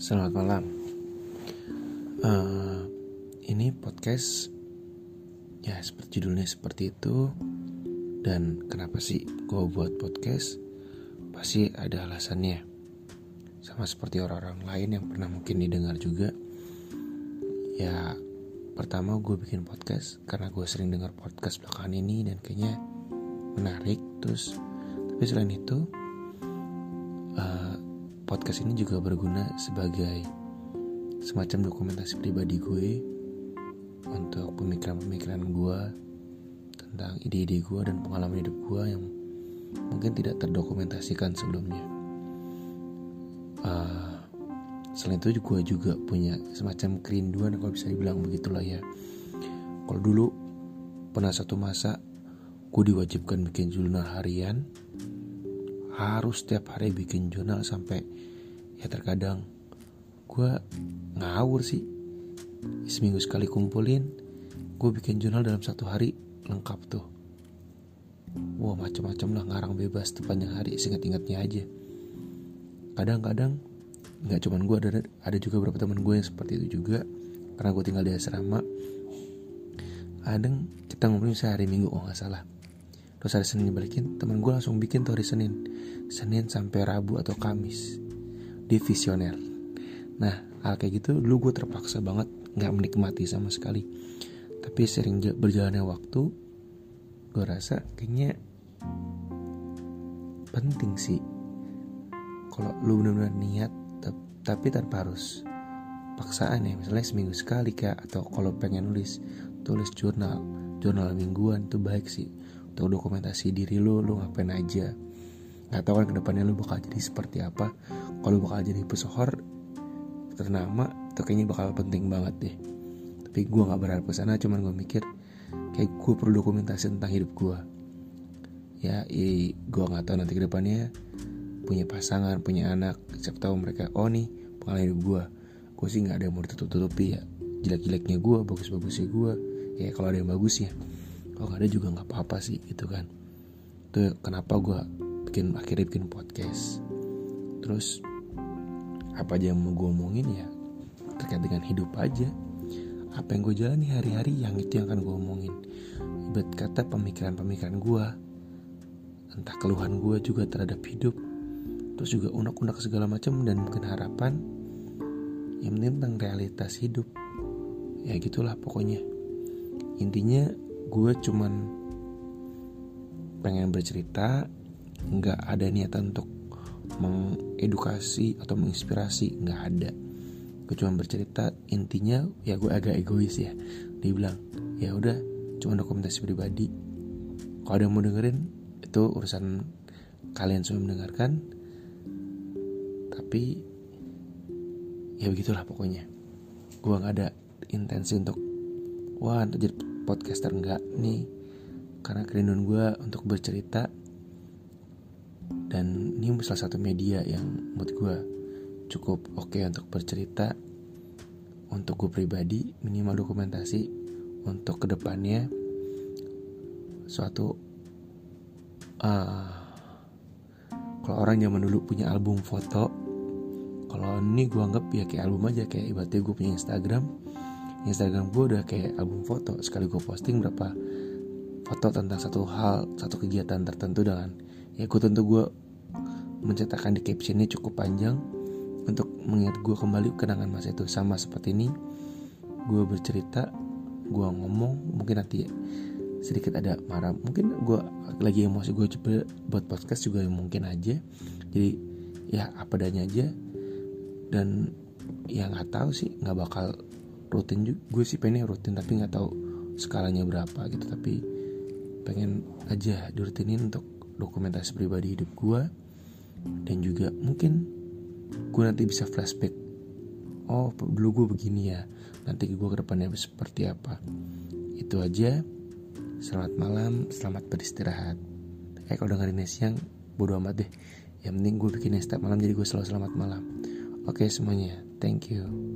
Selamat malam. Ini podcast, ya seperti judulnya seperti itu. Dan kenapa sih gue buat podcast? Pasti ada alasannya. Sama seperti orang-orang lain yang pernah mungkin didengar juga. Ya, pertama gue bikin podcast karena gue sering dengar podcast belakangan ini dan kayaknya menarik. Tapi selain itu, podcast ini juga berguna sebagai semacam dokumentasi pribadi gue untuk pemikiran-pemikiran gue tentang ide-ide gue dan pengalaman hidup gue yang mungkin tidak terdokumentasikan sebelumnya. Selain itu gue juga punya semacam kerinduan, kalau bisa dibilang begitulah ya. Kalau dulu pernah satu masa gue diwajibkan bikin jurnal harian, harus setiap hari bikin jurnal sampai ya terkadang gue ngawur sih. Seminggu sekali kumpulin, gue bikin jurnal dalam satu hari lengkap tuh. Wah, macam-macam lah, ngarang bebas sepanjang hari, seingat-ingatnya aja. Kadang-kadang nggak cuman gue, ada juga beberapa teman gue yang seperti itu juga. Karena gue tinggal di asrama, kadang kita ngobrol misalnya hari Minggu, nggak salah. Terus hari Senin dibalikin, teman gue langsung bikin tuh hari Senin sampai Rabu atau Kamis. Dia visioner. Nah, hal kayak gitu dulu gue terpaksa banget gak menikmati sama sekali. Tapi sering berjalannya waktu, gue rasa kayaknya penting sih kalau lu benar-benar niat, tapi tanpa harus paksaan ya. Misalnya seminggu sekali kayak, atau kalau pengen tulis jurnal mingguan, itu baik sih untuk dokumentasi diri lu ngapain aja. Gak tau kan kedepannya lu bakal jadi seperti apa. Kalau bakal jadi pesohor ternama, itu kayaknya bakal penting banget deh. Tapi gue gak berharap kesana, cuman gue mikir kayak gue perlu dokumentasi tentang hidup gue. Ya, gue gak tahu nanti kedepannya punya pasangan, punya anak, siapa tahu mereka, oh nih pengalaman hidup gue. Gue sih gak ada yang mau ditutup-tutupi ya. Jelek-jeleknya gue, bagus-bagusnya gue, ya kalau ada yang bagus ya. Kalau gak ada juga gak apa-apa sih gitu kan. Itu kenapa gue akhirnya bikin podcast. Terus apa aja yang mau gue omongin ya terkait dengan hidup aja. Apa yang gue jalani hari-hari, yang itu yang akan gue omongin. Ibarat kata pemikiran-pemikiran gue, entah keluhan gue juga terhadap hidup, terus juga unek-unek segala macam, dan mungkin harapan. Yang penting tentang realitas hidup. Ya gitulah pokoknya. Intinya gue cuman pengen bercerita, gak ada niatan untuk mengedukasi atau menginspirasi, nggak ada. Gue cuma bercerita, intinya ya gue agak egois ya. Dia bilang ya udah cuma dokumentasi pribadi. Kalau ada yang mau dengerin, itu urusan kalian semua mendengarkan. Tapi ya begitulah pokoknya. Gue nggak ada intensi untuk jadi podcaster, nggak nih. Karena kerinduan gue untuk bercerita. Dan ini salah satu media yang menurut gue cukup oke untuk bercerita. Untuk gue pribadi, minimal dokumentasi untuk kedepannya. Suatu kalau orang zaman dulu punya album foto, kalau ini gue anggap ya kayak album aja. Kayak ibaratnya gue punya Instagram gue udah kayak album foto. Sekali gue posting berapa foto tentang satu hal, satu kegiatan tertentu, dengan ya gue mencetakkan di captionnya cukup panjang untuk mengingat gue kembali kenangan masa itu. Sama seperti ini, gue bercerita, gue ngomong, mungkin nanti sedikit ada marah, mungkin gue lagi emosi, gue coba buat podcast juga mungkin aja. Jadi ya apa adanya aja. Dan ya nggak tahu sih, nggak bakal rutin juga. Gue sih pengen rutin, tapi nggak tahu skalanya berapa gitu. Tapi pengen aja dirutinin untuk dokumentasi pribadi hidup gue. Dan juga mungkin gue nanti bisa flashback, oh dulu gue begini ya, nanti gue ke depannya seperti apa. Itu aja. Selamat malam, selamat beristirahat. Kalau dengerinnya siang, bodo amat deh. Yang penting gue bikinnya setiap malam, jadi gue selalu selamat malam. Oke semuanya, thank you.